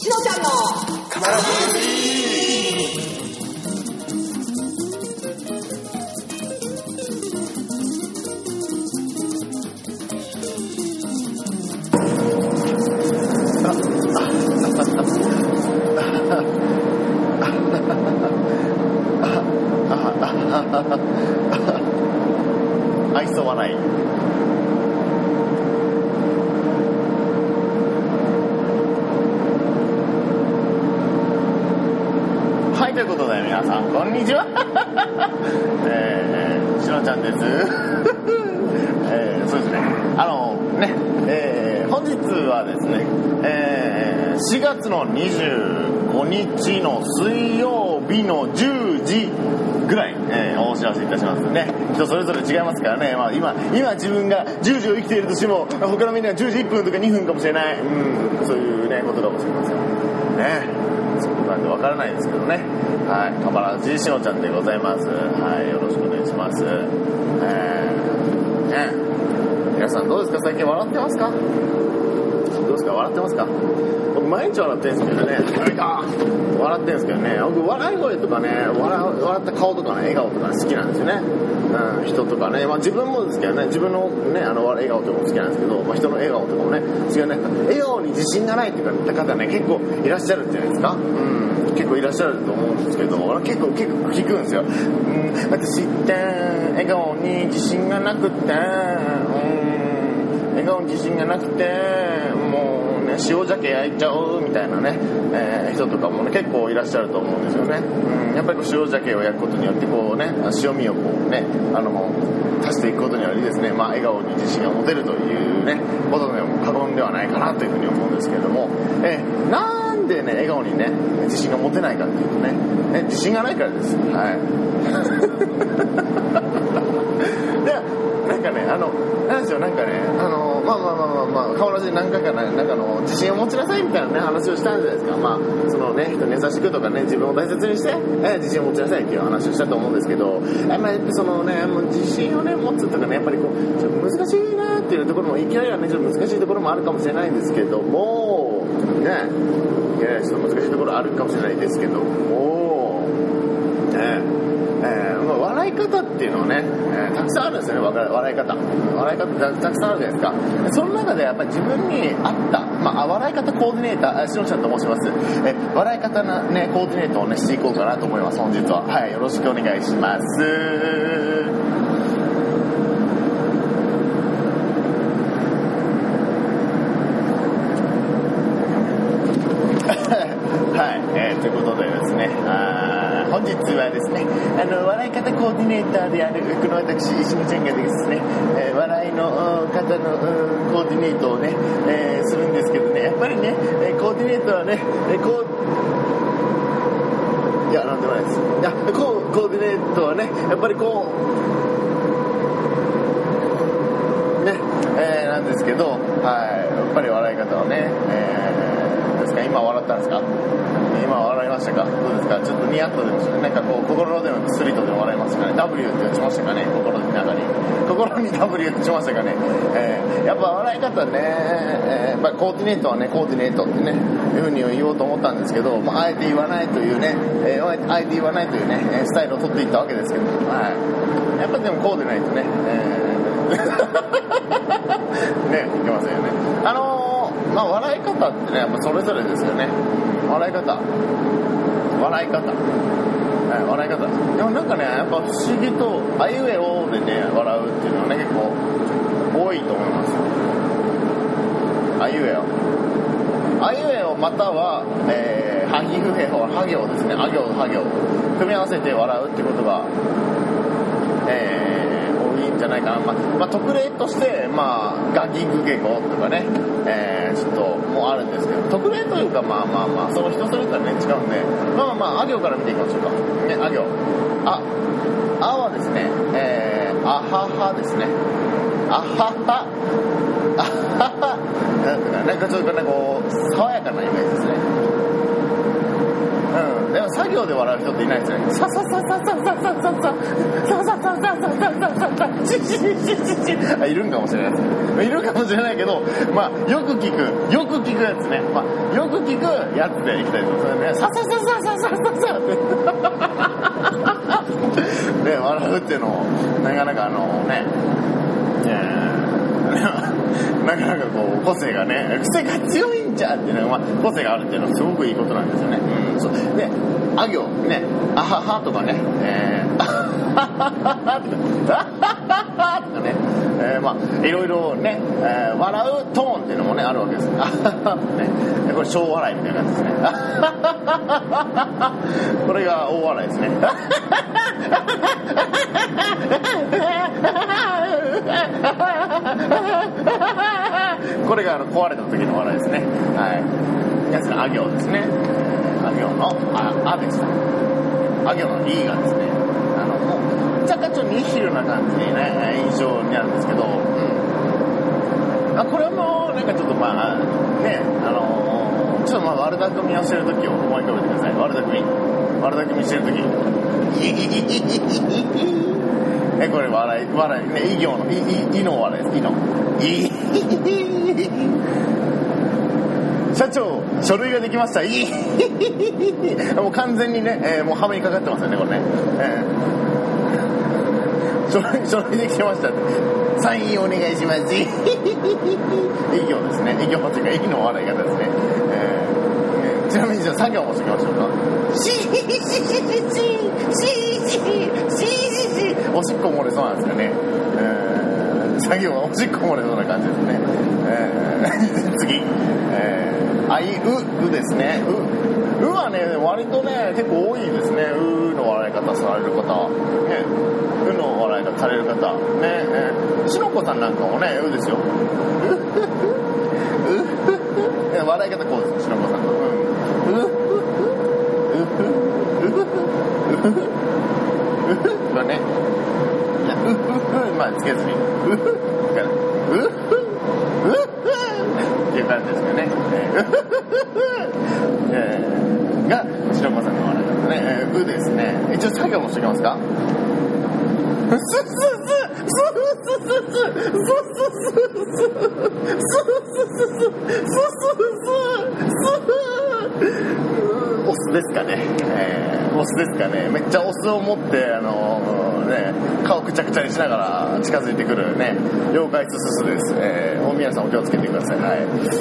しのちゃんのカラフ愛想はない。はい、ということで皆さんこんにちは。しのちゃんです。そうですね。本日はですね、4月の25日の水曜日の10時ぐらい、お知らせいたしますね。人それぞれ違いますからね。今自分が10時を生きているとしても他のみんなは10時1分とか2分かもしれない、そういうねことかもしれませんね。そうなんでわからないですけどね。はい、カマラジしのちゃんでございます。はい、よろしくお願いします。皆さんどうですか？最近笑ってますか？どうですか？笑ってますか？僕毎日笑ってるんですけどね。笑ってるんですけどね。僕笑い声とかね、笑った顔とかね、笑顔とか、ね、好きなんですよね。人とかね、自分もですけどね、自分のね笑顔とかも好きなんですけど、人の笑顔とかもね、好きな笑顔に自信がないっていう方ね、結構いらっしゃるんじゃないですか。結構いらっしゃると思うんですけど、結構聞くんですよ。私って笑顔に自信がなくて、笑顔に自信がなくて、もうね塩鮭焼いちゃうみたいなね、人とかもね結構いらっしゃると思うんですよね。やっぱり塩鮭を焼くことによってこうね塩味をこうね足していくことによりですね、笑顔に自信が持てるというねことでも過言ではないかなというふうに思うんですけれども、なんでね笑顔にね自信が持てないかっていうとね、自信がないからです。はい。でなんかねなんですよ、なんかね顔なしで何回かなんか自信を持ちなさいみたいなね話をしたんじゃないですか。そのね人に優しくとかね自分を大切にして、自信を持ちなさいっていう話をしたと思うんですけど、そのねもう自信をね持つとかねやっぱりこうちょっと難しいなっていうところもいきなりはねちょっと難しいところもあるかもしれないんですけどもね、ちょっと難しいところあるかもしれないですけども笑い方っていうのはね、たくさんあるんですよね。笑い方たくさんあるじゃないですか。その中でやっぱり自分に合った、笑い方コーディネーターしのちゃんと申します。笑い方なねコーディネートをねしていこうかなと思います。本日はよろしくお願いします。ということでですね、本日はですね、笑い方コーディネーターであるこの私石野ちゃんがですね、笑いの方のコーディネートをね、するんですけどね、やっぱりね、コーディネートはね、いやなんでもないです。コーディネートはね、やっぱりこうね、なんですけど、やっぱり笑い方はね、ですか、今笑ったんですか？今笑いましたか？どうですか？ちょっとニヤッとでもして、なんかこう心でもスリットでも笑いましたかね。 W って打ちましたかね。心の中に W って打ちましたかね。やっぱ笑い方ね、コーディネートはねコーディネートってねいうふうに言おうと思ったんですけど、あえて言わないというね、あえて言わないというねスタイルを取っていったわけですけど、やっぱでもこうでないとね、ねいけませんよね。笑い方ってねやっぱそれぞれですよね。笑い方でもなんかねやっぱ不思議とあいうえおでね笑うっていうのはね結構多いと思います。あいうえおまたははぎふへほは行ですね。あ行とは行組み合わせて笑うってことが多いんじゃないかな。特例としてガギグゲゴとかね、ちょっともうあるんですけど、特例というかその人それぞれね違うんで、あ行から見ていきましょうかね。あ行あはですね、あははですね。あははなんかちょっとこう爽やかなイメージですね。でも作業行で笑う人っていないですよね。さささささささささささささささいるんかもしれないです。いるかもしれないけど、まあよく聞くやつね。まあよく聞くやつでいきたいと思いますね。ささささささささってで笑うっていうのをなかなかなかなかこう個性がね、癖が強いんじゃっていうのは、まあ、個性があるっていうのはすごくいいことなんですよね。うん、そうで、あ行ね、あははとかね、あははとかね、まあいろいろね、笑うトーンっていうのもねあるわけです。あははね、これ小笑いみたいな感じですね。これが大笑いですね。これが壊れた時の笑いですね。はい。やつのあ行ですね。あ行のあです。あ行のいがですね。もう若干ちょっとニヒルな感じにね印象になるんですけど、これもなんかちょっとまあねちょっとまあ悪巧みをしてる時を思い浮かべてください。悪巧みしてる時。これ笑いね、い行のいの笑いです。いの社長書類ができました。もう完全にね、もうハメにかかってますよねこれね。書類できてましたってサインお願いします。い行ですね。い行というかいの笑い方ですね。ちなみにじゃあ作業もしておきましょうか。おしっこ漏れそうなんですよね。作業はおしっこ漏れそうな感じですね。次、あいうですね。うはね割とね結構多いですね。うの笑い方される方ね。うの笑い方される方ね。しのこさんなんかもねうですよ。笑い方こうです。しのこさんの。がね、まあつけずにっていう感じですよね。がしのこさんの笑い方ね。うですね。一応作業もしておきますか。オスですかね。オスですかね。めっちゃオスを持って顔くちゃくちゃにしながら近づいてくるね妖怪スススです。大宮さんお気をつけてください。はい。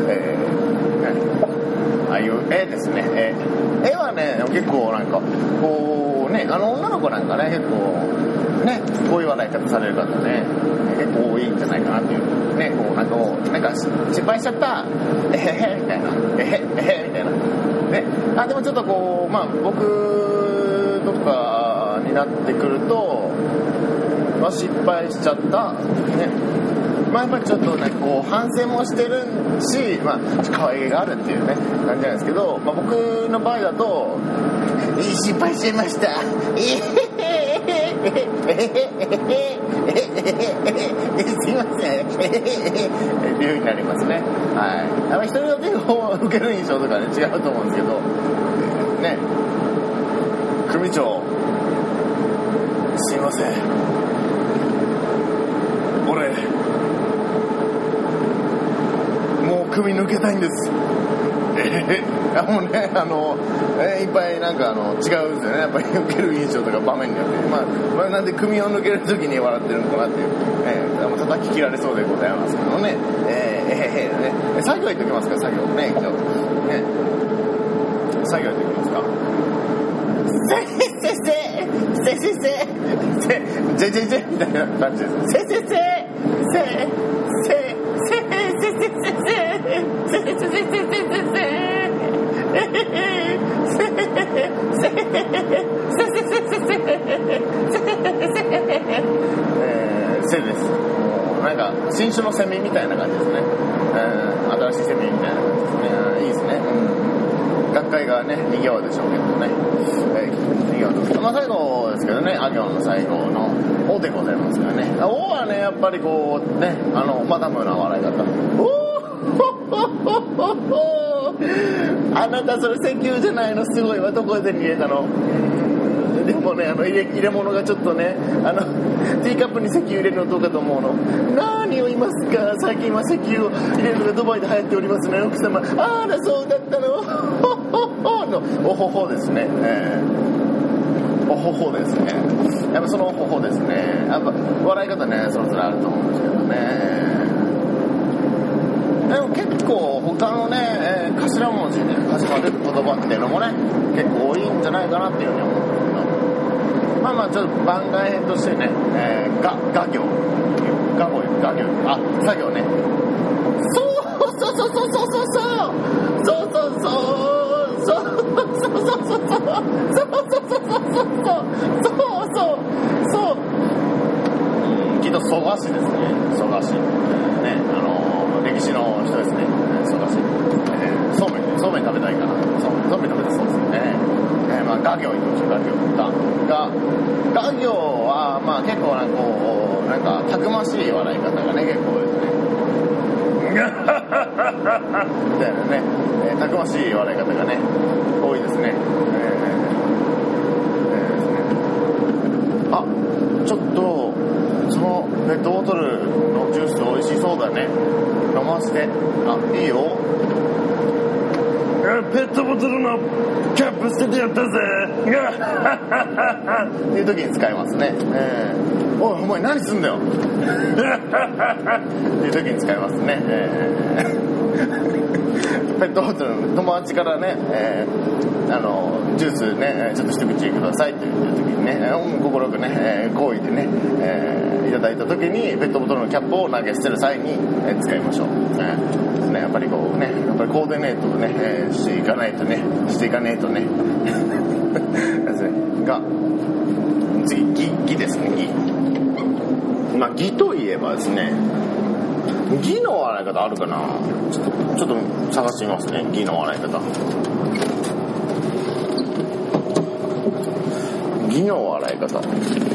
ああいう絵ですね。絵はね結構なんかこうね女の子なんかね結構ねこういう笑い方される方ね結構多いんじゃないかなっていうねこうなんか失敗しちゃったえへへみたいなえへみたいなね。でもちょっとこうまあ僕とかになってくると、まあ、失敗しちゃったね。まあやっぱりちょっとねこう反省もしてるし、まあ可愛げがあるっていうね感じなんですけど、まあ、僕の場合だと失敗しちゃいました。すいません。っていう風になりますね。はい。人によって受ける印象とかね違うと思うんですけど、ね。組長、すいません。俺もう首抜けたいんです。もうねいっぱいなんか違うんですよね。やっぱり受ける印象とか場面によって、まあなんで首を抜けるときに笑ってるのかなっていう、叩き切られそうでございますけどね。作業行っておきますか。作業ね一応ね作業行っておきますか。せみたいな感じです。せです。なんか新種のセミみたいな感じですね。新しいセミみたいな感じですね。いいですね。学会がね賑わうでしょうけどね。賑わうです。まあ最後ですけどね、あ行の最後のおでございますからね。おはねやっぱりこうねマダムな笑い方。おあなたそれ石油じゃないの、すごいわ、どこで手に入れたの。でもね、入れ物がちょっとね、ティーカップに石油入れるのどうかと思うの。何を言いますか、最近は石油を入れるのがドバイで流行っておりますね、奥様。あらそうだったの。のおほほですね、おほほですね。やっぱそのおほほですね。やっぱ笑い方ね、それぞれあると思うんですけどね。でも結構他のね、頭文字で始まる言葉っていうのもね、結構多いんじゃないかなっていうふうに思うんですけど、まあちょっと番外編としてね、画行、作業ね。そうきっと蘇我氏ですね。蘇我氏ね、歴史の人ですね。蘇我氏、そうめん食べたいかな。そうめん食べたそうですね。まあ画行いきましょう。画行はまあ結構なんかたくましい笑い方がね結構多いですね。みたいなね、たくましい笑い方がね多いですね。あ、ちょっとそのペットボトルのジュース美味しそうだね。飲ませて。あ、いいよ。ペットボトルのキャップ捨ててやったぜっていう時に使いますね。おいお前何すんだよっていう時に使いますね。ペットボトルの友達からね、ジュースねちょっと一口くださいって言った時にね、心くね、好意でね、いただいた時にペットボトルのキャップを投げ捨てる際に、使いましょう。ね、やっぱりこうね、やっぱりコーディネートをね、していかないとねが次義ですね。義、まあ義といえばですね、義の笑い方あるかな。ちょっと探してみますね。義の笑い方。義の笑い方。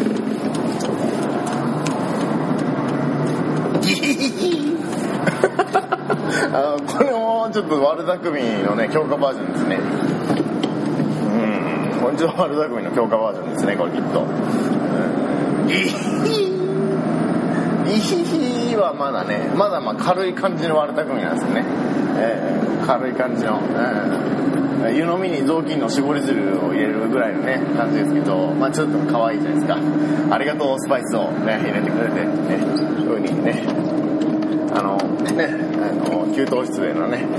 これもちょっと悪巧みのね強化バージョンですね。これちょっと悪巧みの強化バージョンですね、これきっと。イヒヒはまだね、まあ軽い感じの悪巧みなんですよね。軽い感じの、湯飲みに雑巾の絞り汁を入れるぐらいのね感じですけど、まあちょっと可愛いじゃないですか。ありがとうスパイスをね入れてくれてね、そういう風にね、給湯室でのね、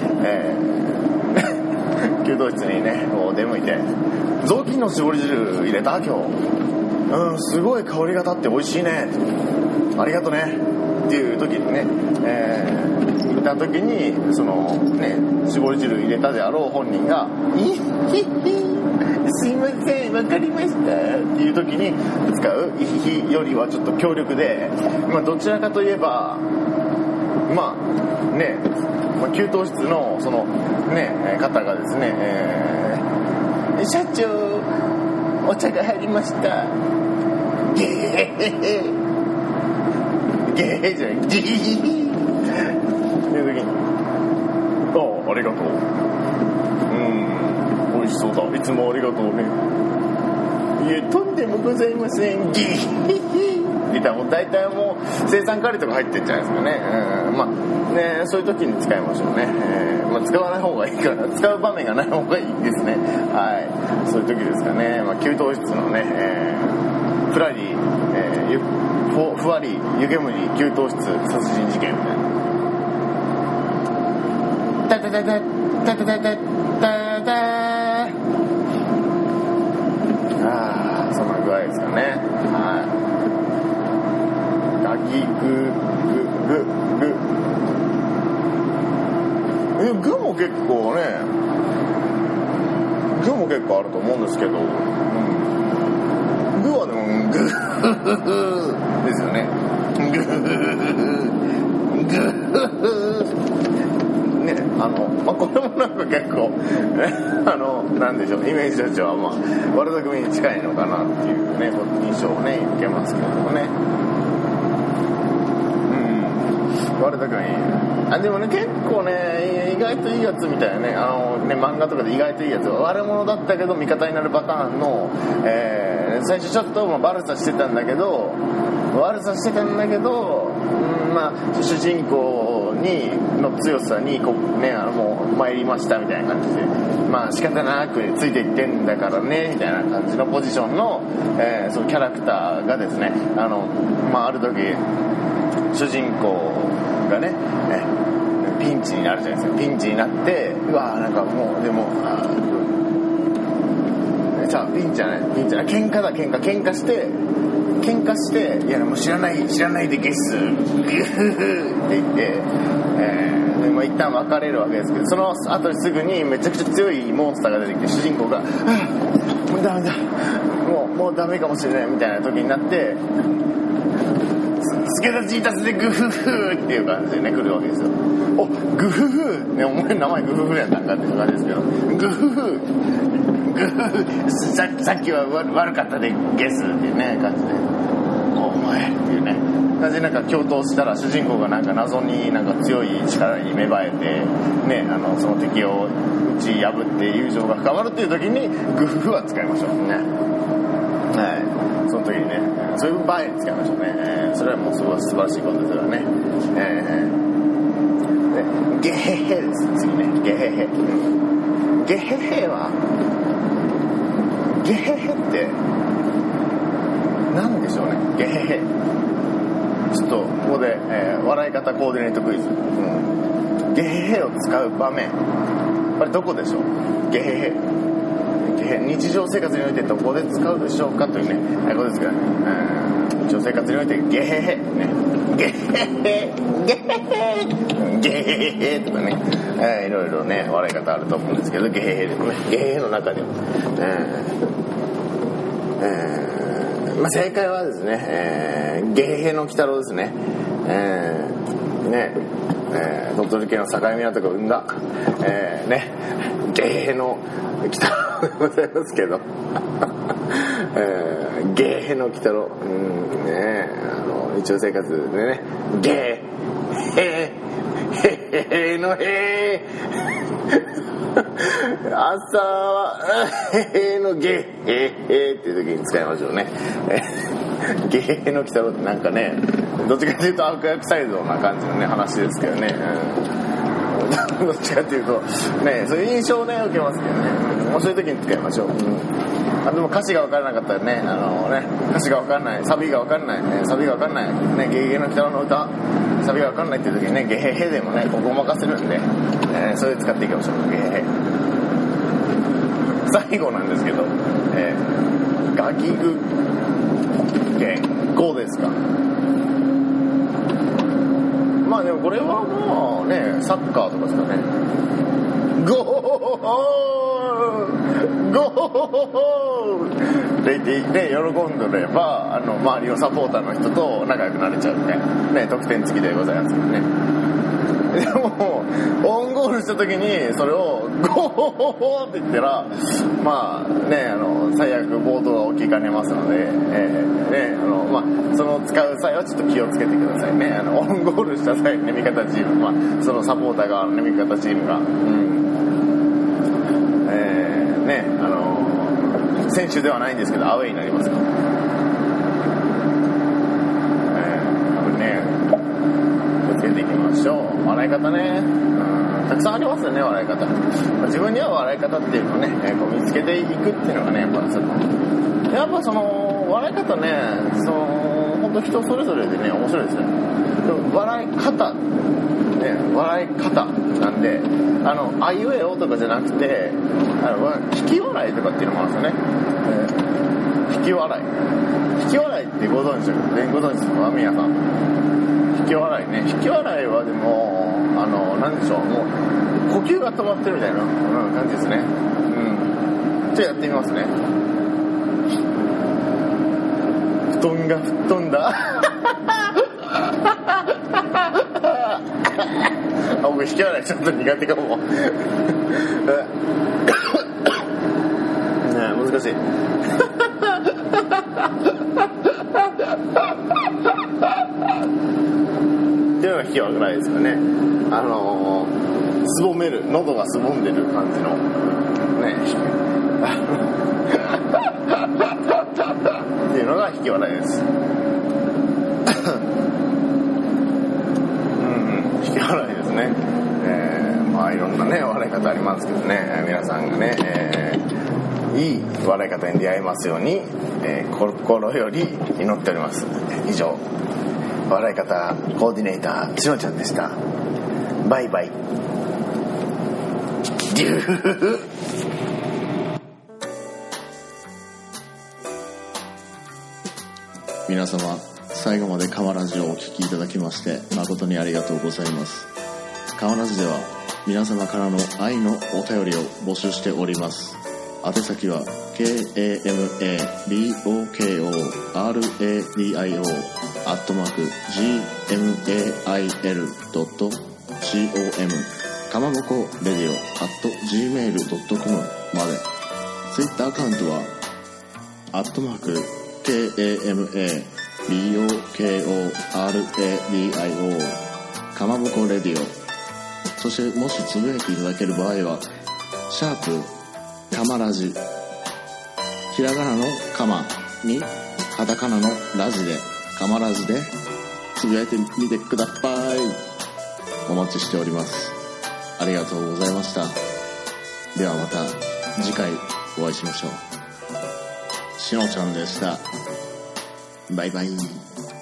給湯室にねこう出向いて、雑巾の絞り汁入れた今日、すごい香りが立って美味しいね、ありがとねっていう時にね、行った時にそのね絞り汁入れたであろう本人がすいませんわかりましたっていう時に使うイヒヒよりはちょっと強力で、まあどちらかといえばまあね、給湯室のそのね方がですね、社長お茶が入りましたゲーゲーじゃないギーっていう時にありがとう、美味しそうだ、いつもありがとうね、いえとんでもございませんギーみたいな、もう大体もう生産カリとか入ってるんじゃないですかね。まあね、そういう時に使いましょうね。まあ、使わない方がいいから、使う場面がない方がいいですね。はい、そういう時ですかね。まあ、給湯室のね、ふらり、ふわり湯煙給湯室殺人事件みたいな。タタタタタタタタタそんな具合ですかね。はい。ガギグも結構ね、グも結構あると思うんですけど、グはでもグですよね。ね、これもなんか結構なんでしょう、イメージとしてはまあ悪巧みに近いのかなっていうね印象をね受けますけどもね。 悪だくない。でもね、結構ね、意外といいやつみたいなね、漫画とかで意外といいやつ、悪者だったけど味方になるパターンの、最初ちょっと悪さしてたんだけど、主人公の強さにもう参りましたみたいな感じで、仕方なくついていってんだからねみたいな感じのポジションの、そのキャラクターがですね、ある時主人公がね、ピンチになるじゃないですか。ピンチになって、なんかもうでもピンチじゃない喧嘩して、いやもう知らないでゲスって言って、一旦別れるわけですけど、その後にすぐにめちゃくちゃ強いモンスターが出てきて、主人公がもうダメだ、もうダメかもしれないみたいな時になって、助立ちいたせてグフフっていう感じでね来るわけですよ。お、グフフね、お前名前グフフやったんかっていう感じですけど、グフフさっきは悪かったでゲスっていうね感じで、お前っていうね感じで共闘したら、主人公が謎に強い力に芽生えてね、その敵を打ち破って友情が深まるっていう時にグフフは使いましょうね。はい、その時にね、そういう場合に使いましょうね。それはもうすごい素晴らしいことですからね。ゲヘヘです。次ね、ゲヘヘ。ゲヘヘはゲヘヘって何でしょうね。ゲヘヘ、ちょっとここで、笑い方コーディネートクイズ、ゲヘヘを使う場面、これどこでしょう。ゲヘヘ、日常生活においてどこで使うでしょうかというね、ことですからね。日常生活においてゲヘヘね、ゲヘヘゲヘヘゲヘヘとかね、いろいろね笑い方あると思うんですけど、ゲヘヘでもね、ゲヘヘの中でも、正解はですね、ゲヘヘの鬼太郎ですね。鳥取県の境港が生んだ、ゲヘヘの鬼太郎でございますけどゲヘヘの鬼太郎、日常生活でね、ゲヘヘヘのヘ朝はヘヘのゲヘヘっていう時に使いましょうね。ゲヘヘの鬼太郎ってどっちかというと悪役サイドな感じのね話ですけどね、どっちかというとね、そういう印象をね受けますけどね、そういう時に使いましょう。でも歌詞が分からなかったらね、歌詞が分からない、サビが分からない、ね、ゲヘヘの鬼太郎の歌、サビが分からないっていう時にね、ゲヘヘでもね、ごまかせるんで、それで使っていきましょう。ゲヘヘ。最後なんですけど、ガギグ言語ですか。でもこれはもうね、サッカーとかですかね。ゴーって言ってね、喜んでれば周りのサポーターの人と仲良くなれちゃうね、得点付きでございますけどね。でもオウンゴールした時にそれをゴーって言ったら最悪暴動が起きかねますので、その使う際はちょっと気をつけてくださいね。オウンゴールした際にね、味方チーム、そのサポーター側のね、味方チームが選手ではないんですけどアウェイになりますから、気をつけていきましょう。笑い方ね、たくさんありますよね、笑い方。自分には笑い方っていうのをね、見つけていくっていうのがね、やっぱその笑い方ね、本当人それぞれでね面白いですよね。笑い方なんで、あいうえおとかじゃなくて、引き笑いとかっていうのもあるんですよね。引き笑いってご存知ですか皆さん。引き笑いね、引き笑いはでもなんでしょう、もう呼吸が止まってるみたいな感じですね。じゃあやってみますね。布団が吹っ飛んだ僕引き笑いちょっと苦手かもね、難しいっていうのが引引き笑いですよね。すぼめる、喉がすぼんでる感じのねっていうのが引き笑いです。引き笑いですね。まあいろんなね笑い方ありますけどね、皆さんがね、いい笑い方に出会えますように、心より祈っております。以上、笑い方コーディネーターしのちゃんでした。バイバイ。デュー皆様、最後までカマラジをお聞きいただきまして誠にありがとうございます。カマラジでは皆様からの愛のお便りを募集しております。宛先は KAMABOKO@gmail.com かまぼこレディオ @gmail.com まで。ツイッターアカウントは@KAMABOKORADIO かまぼこレディオ。そしてもしつぶやいていただける場合はシャープかまラジ、ひらがなのかまにカタカナのラジでかまラジでつぶやいてみてください。お待ちしております。ありがとうございました。ではまた次回お会いしましょう。しのちゃんでした。バイバイ。